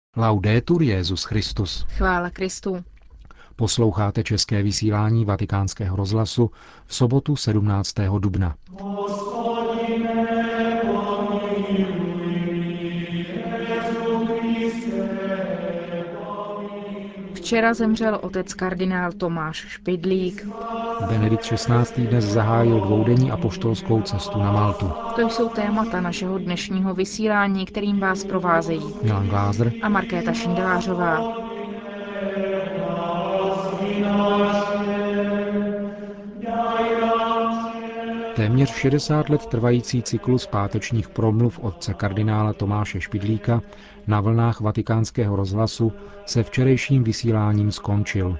Laudetur Jesus Christus. Chvála Kristu. Posloucháte české vysílání Vatikánského rozhlasu v sobotu 17. dubna. Včera zemřel otec kardinál Tomáš Špidlík. Benedikt XVI. Dnes zahájil dvoudenní apoštolskou cestu na Maltu. To jsou témata našeho dnešního vysílání, kterým vás provázejí Milan Glázer a Markéta Šindelářová. Téměř 60 let trvající cyklus pátečních promluv otce kardinála Tomáše Špidlíka na vlnách Vatikánského rozhlasu se včerejším vysíláním skončil.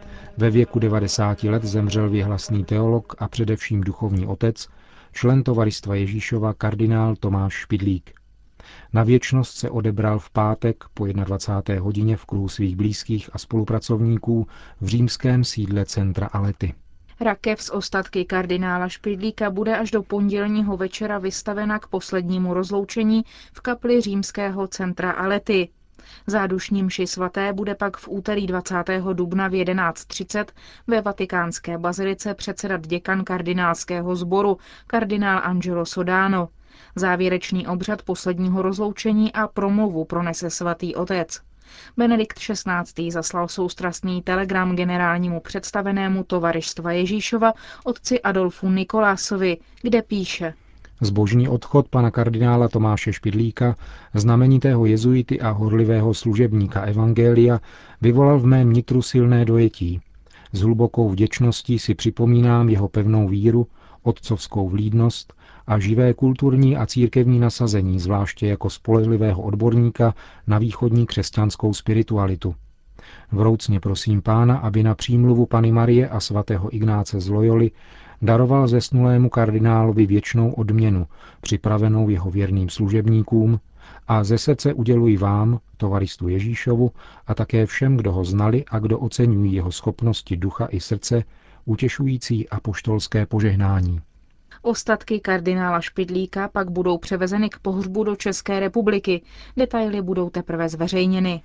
Ve věku 90 let zemřel věhlasný teolog a především duchovní otec, člen Tovaristva Ježíšova kardinál Tomáš Špidlík. Na věčnost se odebral v pátek po 21. hodině v kruhu svých blízkých a spolupracovníků v římském sídle centra Alety. Rakev s ostatky kardinála Špidlíka bude až do pondělního večera vystavena k poslednímu rozloučení v kapli římského centra Alety. Zádušní mši svaté bude pak v úterý 20. dubna v 11:30 ve vatikánské bazilice předsedat děkan kardinálského sboru, kardinál Angelo Sodano. Závěrečný obřad posledního rozloučení a promluvu pronese svatý otec. Benedikt XVI. Zaslal soustrastný telegram generálnímu představenému Tovaristva Ježíšova otci Adolfu Nikolásovi, kde píše: Zbožný odchod pana kardinála Tomáše Špidlíka, znamenitého jezuity a horlivého služebníka evangelia, vyvolal v mém nitru silné dojetí. S hlubokou vděčností si připomínám jeho pevnou víru, otcovskou vlídnost a živé kulturní a církevní nasazení, zvláště jako spolehlivého odborníka na východní křesťanskou spiritualitu. Vroucně prosím Pána, aby na přímluvu Panny Marie a svatého Ignáce z Loyoli daroval zesnulému kardinálovi věčnou odměnu, připravenou jeho věrným služebníkům, a ze srdce uděluji vám, Tovaristu Ježíšovu, a také všem, kdo ho znali a kdo oceňují jeho schopnosti ducha i srdce, utěšující apoštolské požehnání. Ostatky kardinála Špidlíka pak budou převezeny k pohřbu do České republiky. Detaily budou teprve zveřejněny.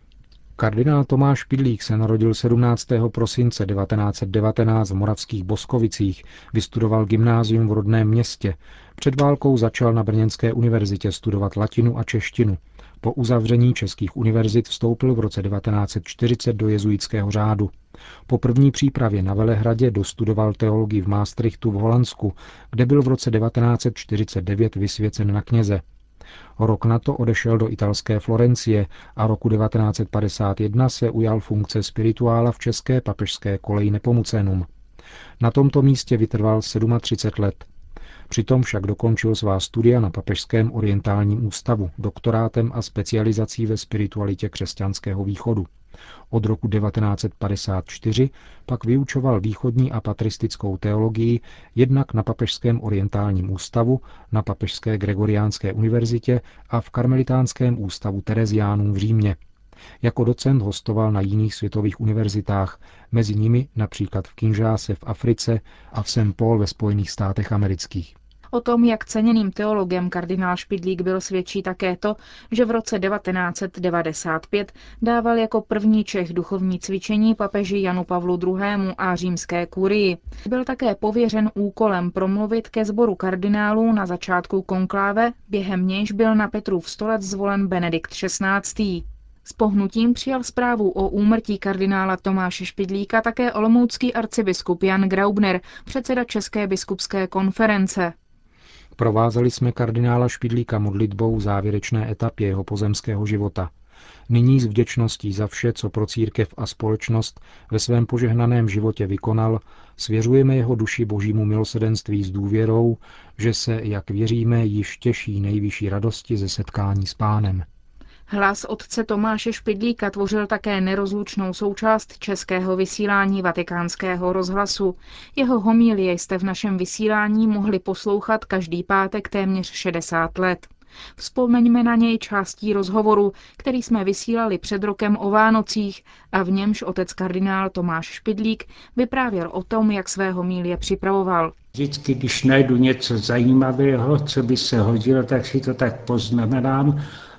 Kardinál Tomáš Špidlík se narodil 17. prosince 1919 v moravských Boskovicích, vystudoval gymnázium v rodném městě. Před válkou začal na Brněnské univerzitě studovat latinu a češtinu. Po uzavření českých univerzit vstoupil v roce 1940 do jezuitského řádu. Po první přípravě na Velehradě dostudoval teologii v Maastrichtu v Holandsku, kde byl v roce 1949 vysvěcen na kněze. Rok na to odešel do italské Florencie a roku 1951 se ujal funkce spirituála v české papežské koleji Nepomucenum. Na tomto místě vytrval 37 let. Přitom však dokončil svá studia na Papežském orientálním ústavu doktorátem a specializací ve spiritualitě křesťanského východu. Od roku 1954 pak vyučoval východní a patristickou teologii jednak na Papežském orientálním ústavu, na Papežské gregoriánské univerzitě a v Karmelitánském ústavu Tereziánů v Římě. Jako docent hostoval na jiných světových univerzitách, mezi nimi například v Kinshase v Africe a v St. Paul ve Spojených státech amerických. O tom, jak ceněným teologem kardinál Špidlík byl, svědčí také to, že v roce 1995 dával jako první Čech duchovní cvičení papeži Janu Pavlu II. A římské kurii. Byl také pověřen úkolem promluvit ke sboru kardinálů na začátku konkláve, během nějž byl na Petrův stolec zvolen Benedikt XVI. S pohnutím přijal zprávu o úmrtí kardinála Tomáše Špidlíka také olomoucký arcibiskup Jan Graubner, předseda České biskupské konference. Provázeli jsme kardinála Špidlíka modlitbou v závěrečné etapě jeho pozemského života. Nyní s vděčností za vše, co pro církev a společnost ve svém požehnaném životě vykonal, svěřujeme jeho duši božímu milosrdenství s důvěrou, že se, jak věříme, již těší nejvyšší radosti ze setkání s Pánem. Hlas otce Tomáše Špidlíka tvořil také nerozlučnou součást českého vysílání Vatikánského rozhlasu. Jeho homilie jste v našem vysílání mohli poslouchat každý pátek téměř 60 let. Vzpomeňme na něj částí rozhovoru, který jsme vysílali před rokem o Vánocích a v němž otec kardinál Tomáš Špidlík vyprávěl o tom, jak své homilie připravoval. Vždycky, když najdu něco zajímavého, co by se hodilo, tak si to tak poznamenám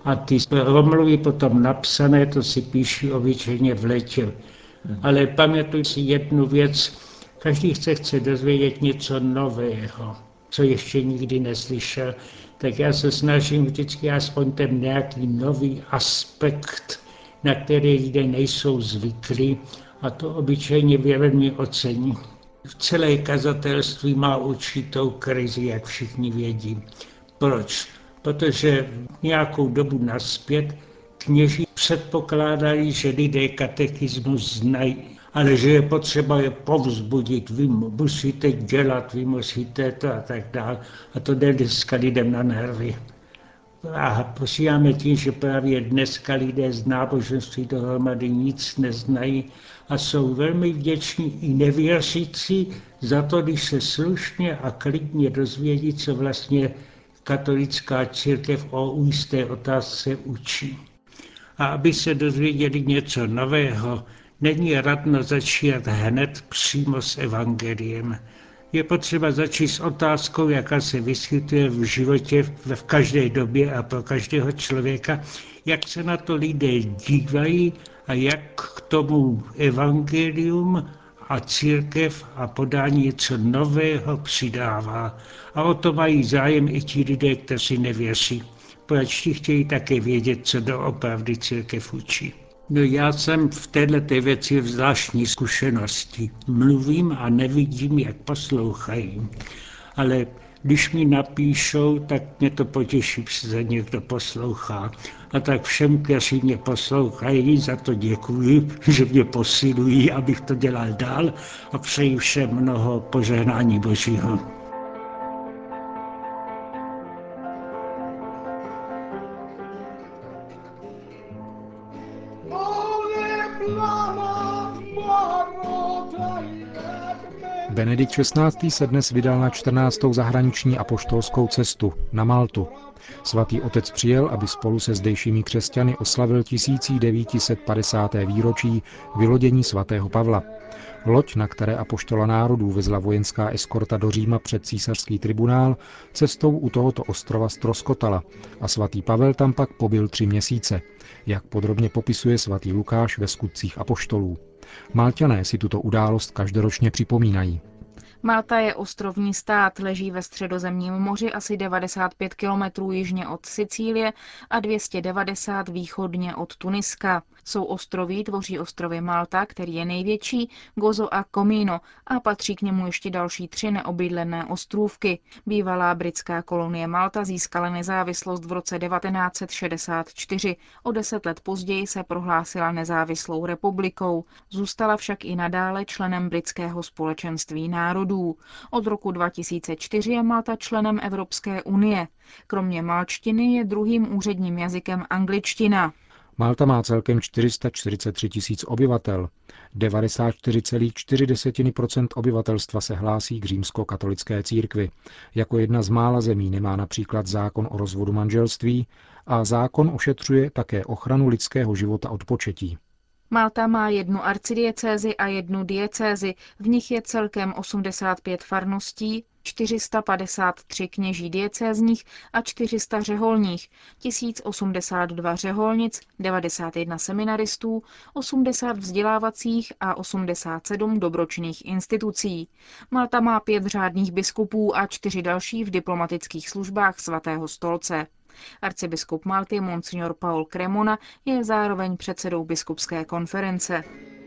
A ty promluvy potom napsané, to si píší obyčejně v létě. Ale pamatuj si jednu věc, každý chce dozvědět něco nového, co ještě nikdy neslyšel, tak já se snažím vždycky aspoň ten nějaký nový aspekt, na který lidé nejsou zvyklí, a to obyčejně velmi ocení. V celé kazatelství má určitou krizi, jak všichni vědí. Proč? Protože nějakou dobu nazpět kněží předpokládají, že lidé katechismus znají, ale že je potřeba je povzbudit, vy musíte dělat, vy musíte to a tak dále. A to jde dneska lidem na nervy. A posíláme tím, že právě dneska lidé z náboženství dohromady nic neznají a jsou velmi vděční i nevěřící za to, když se slušně a klidně dozvědí, co vlastně katolická církev o jisté otázce učí. A aby se dozvěděli něco nového, není radno začít hned přímo s evangeliem. Je potřeba začít s otázkou, jaká se vyskytuje v životě v každé době a pro každého člověka, jak se na to lidé dívají a jak k tomu evangelium a církev a podání něco nového přidává. A o to mají zájem i ti lidé, kteří nevěří. Proč ti chtějí také vědět, co doopravdy církev učí. No já jsem v této věci v zvláštní zkušenosti. Mluvím a nevidím, jak poslouchají. Ale když mi napíšou, tak mě to potěší, že se někdo poslouchá. A tak všem, kteří mě poslouchají, za to děkuji, že mě posilují, abych to dělal dál, a přeji všem mnoho požehnání Božího. Benedikt XVI. Se dnes vydal na 14. zahraniční apoštolskou cestu na Maltu. Svatý otec přijel, aby spolu se zdejšími křesťany oslavil 1950. výročí vylodění svatého Pavla. Loď, na které apoštola národů vezla vojenská eskorta do Říma před císařský tribunál, cestou u tohoto ostrova ztroskotala a svatý Pavel tam pak pobyl 3 měsíce, jak podrobně popisuje svatý Lukáš ve Skutcích apoštolů. Malťané si tuto událost každoročně připomínají. Malta je ostrovní stát, leží ve Středozemním moři asi 95 kilometrů jižně od Sicílie a 290 východně od Tuniska. Jsou ostroví, tvoří ostrovy Malta, který je největší, Gozo a Comino, a patří k němu ještě další 3 neobydlené ostrůvky. Bývalá britská kolonie Malta získala nezávislost v roce 1964. O 10 let později se prohlásila nezávislou republikou. Zůstala však i nadále členem britského společenství národů. Od roku 2004 je Malta členem Evropské unie. Kromě malčtiny je druhým úředním jazykem angličtina. Malta má celkem 443 tisíc obyvatel. 94,4% obyvatelstva se hlásí k římskokatolické církvi. Jako jedna z mála zemí nemá například zákon o rozvodu manželství a zákon ošetřuje také ochranu lidského života od početí. Malta má 1 arcidiecézi a 1 diecézi, v nich je celkem 85 farností, 453 kněží diecézních a 400 řeholních, 1082 řeholnic, 91 seminaristů, 80 vzdělávacích a 87 dobročinných institucí. Malta má 5 řádných biskupů a 4 další v diplomatických službách svatého stolce. Arcibiskup Malty Monsignor Paul Cremona je zároveň předsedou biskupské konference.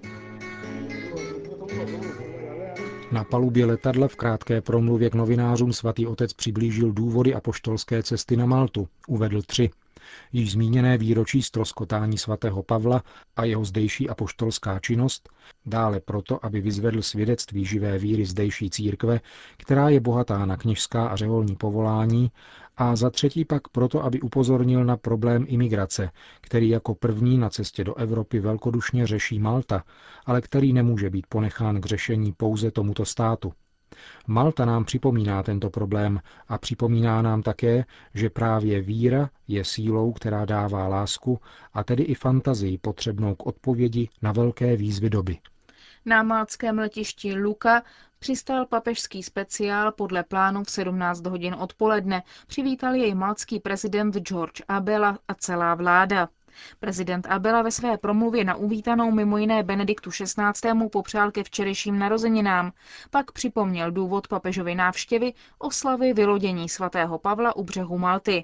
Na palubě letadla v krátké promluvě k novinářům svatý otec přiblížil důvody apoštolské cesty na Maltu. Uvedl 3. Již zmíněné výročí ztroskotání svatého Pavla a jeho zdejší apoštolská činnost, dále proto, aby vyzvedl svědectví živé víry zdejší církve, která je bohatá na kněžská a řeholní povolání, a za 3. pak proto, aby upozornil na problém imigrace, který jako první na cestě do Evropy velkodušně řeší Malta, ale který nemůže být ponechán k řešení pouze tomuto státu. Malta nám připomíná tento problém a připomíná nám také, že právě víra je sílou, která dává lásku a tedy i fantazii potřebnou k odpovědi na velké výzvy doby. Na maltském letišti Lucca přistál papežský speciál podle plánu v 17 hodin odpoledne. Přivítal jej maltský prezident George Abela a celá vláda. Prezident Abela ve své promluvě na uvítanou mimo jiné Benediktu XVI. Popřál ke včerejším narozeninám. Pak připomněl důvod papežovy návštěvy, oslavy vylodění svatého Pavla u břehu Malty.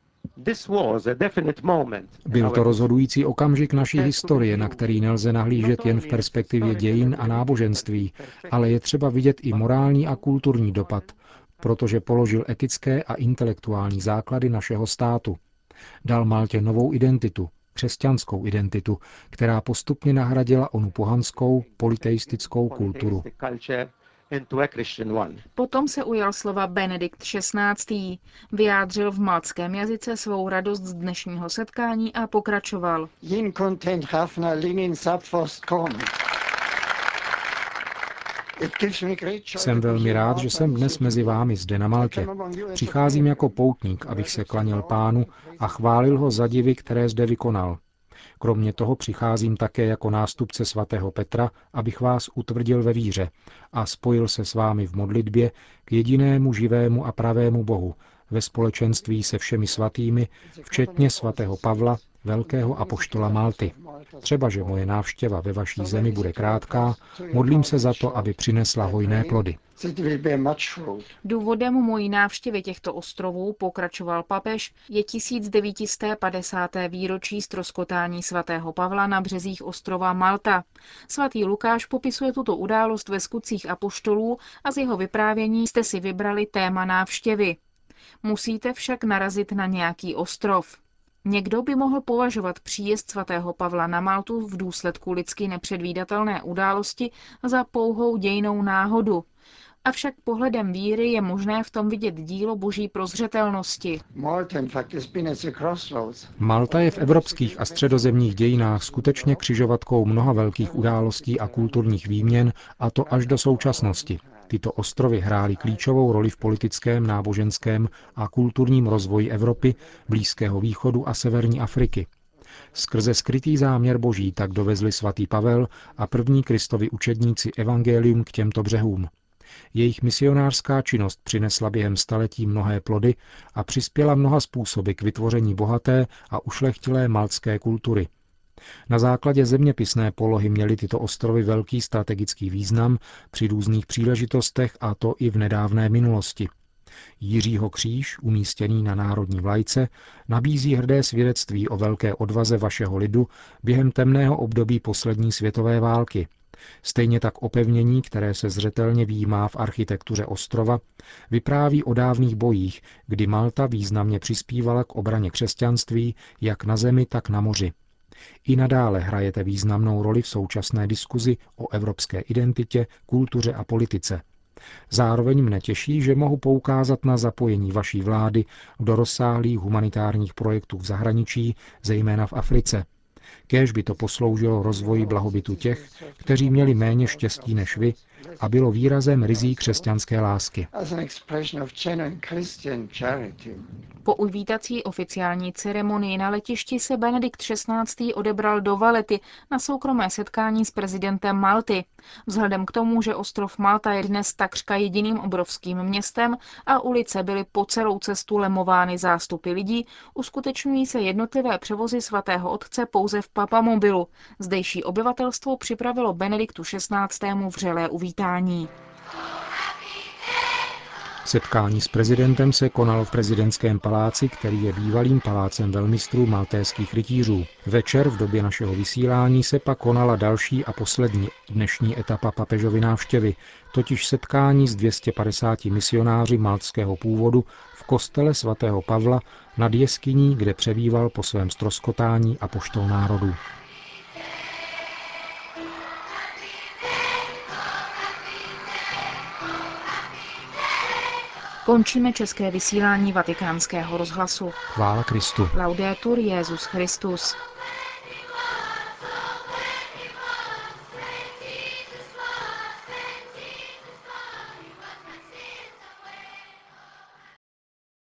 Byl to rozhodující okamžik naší historie, na který nelze nahlížet jen v perspektivě dějin a náboženství, ale je třeba vidět i morální a kulturní dopad, protože položil etické a intelektuální základy našeho státu. Dal Maltě novou identitu, křesťanskou identitu, která postupně nahradila onu pohanskou, polyteistickou kulturu. Potom se ujal slova Benedikt XVI. Vyjádřil v maltském jazyce svou radost z dnešního setkání a pokračoval. Jsem velmi rád, že jsem dnes mezi vámi zde na Maltě. Přicházím jako poutník, abych se klaněl Pánu a chválil ho za divy, které zde vykonal. Kromě toho přicházím také jako nástupce svatého Petra, abych vás utvrdil ve víře a spojil se s vámi v modlitbě k jedinému živému a pravému Bohu, ve společenství se všemi svatými, včetně svatého Pavla, velkého apoštola Malty. Třeba, že moje návštěva ve vaší zemi bude krátká, modlím se za to, aby přinesla hojné plody. Důvodem mojí návštěvy těchto ostrovů, pokračoval papež, je 1950. výročí ztroskotání svatého Pavla na březích ostrova Malta. Svatý Lukáš popisuje tuto událost ve Skutcích apoštolů a z jeho vyprávění jste si vybrali téma návštěvy. Musíte však narazit na nějaký ostrov. Někdo by mohl považovat příjezd svatého Pavla na Maltu v důsledku lidsky nepředvídatelné události za pouhou dějinnou náhodu. Avšak pohledem víry je možné v tom vidět dílo boží prozřetelnosti. Malta je v evropských a středozemních dějinách skutečně křižovatkou mnoha velkých událostí a kulturních výměn, a to až do současnosti. Tyto ostrovy hrály klíčovou roli v politickém, náboženském a kulturním rozvoji Evropy, Blízkého východu a severní Afriky. Skrze skrytý záměr boží tak dovezli svatý Pavel a první Kristovi učedníci evangelium k těmto břehům. Jejich misionářská činnost přinesla během staletí mnohé plody a přispěla mnoha způsoby k vytvoření bohaté a ušlechtilé maltské kultury. Na základě zeměpisné polohy měly tyto ostrovy velký strategický význam při různých příležitostech, a to i v nedávné minulosti. Jiřího kříž, umístěný na národní vlajce, nabízí hrdé svědectví o velké odvaze vašeho lidu během temného období poslední světové války. Stejně tak opevnění, které se zřetelně výjímá v architektuře ostrova, vypráví o dávných bojích, kdy Malta významně přispívala k obraně křesťanství jak na zemi, tak na moři. I nadále hrajete významnou roli v současné diskuzi o evropské identitě, kultuře a politice. Zároveň mne těší, že mohu poukázat na zapojení vaší vlády do rozsáhlých humanitárních projektů v zahraničí, zejména v Africe. Kéž by to posloužilo rozvoji blahobytu těch, kteří měli méně štěstí než vy, a bylo výrazem ryzí křesťanské lásky. Po uvítací oficiální ceremonii na letišti se Benedikt XVI. Odebral do Valety na soukromé setkání s prezidentem Malty. Vzhledem k tomu, že ostrov Malta je dnes takřka jediným obrovským městem a ulice byly po celou cestu lemovány zástupy lidí, uskutečňují se jednotlivé převozy svatého otce pouze v papamobilu. Zdejší obyvatelstvo připravilo Benediktu XVI. Vřelé uvítání. Setkání s prezidentem se konalo v prezidentském paláci, který je bývalým palácem velmistrů maltéských rytířů. Večer v době našeho vysílání se pak konala další a poslední dnešní etapa papežovy návštěvy, totiž setkání s 250 misionáři maltského původu v kostele svatého Pavla nad jeskyní, kde přebýval po svém ztroskotání apoštol národů. Končíme české vysílání Vatikánského rozhlasu. Chvála Kristu. Laudetur Jesus Christus.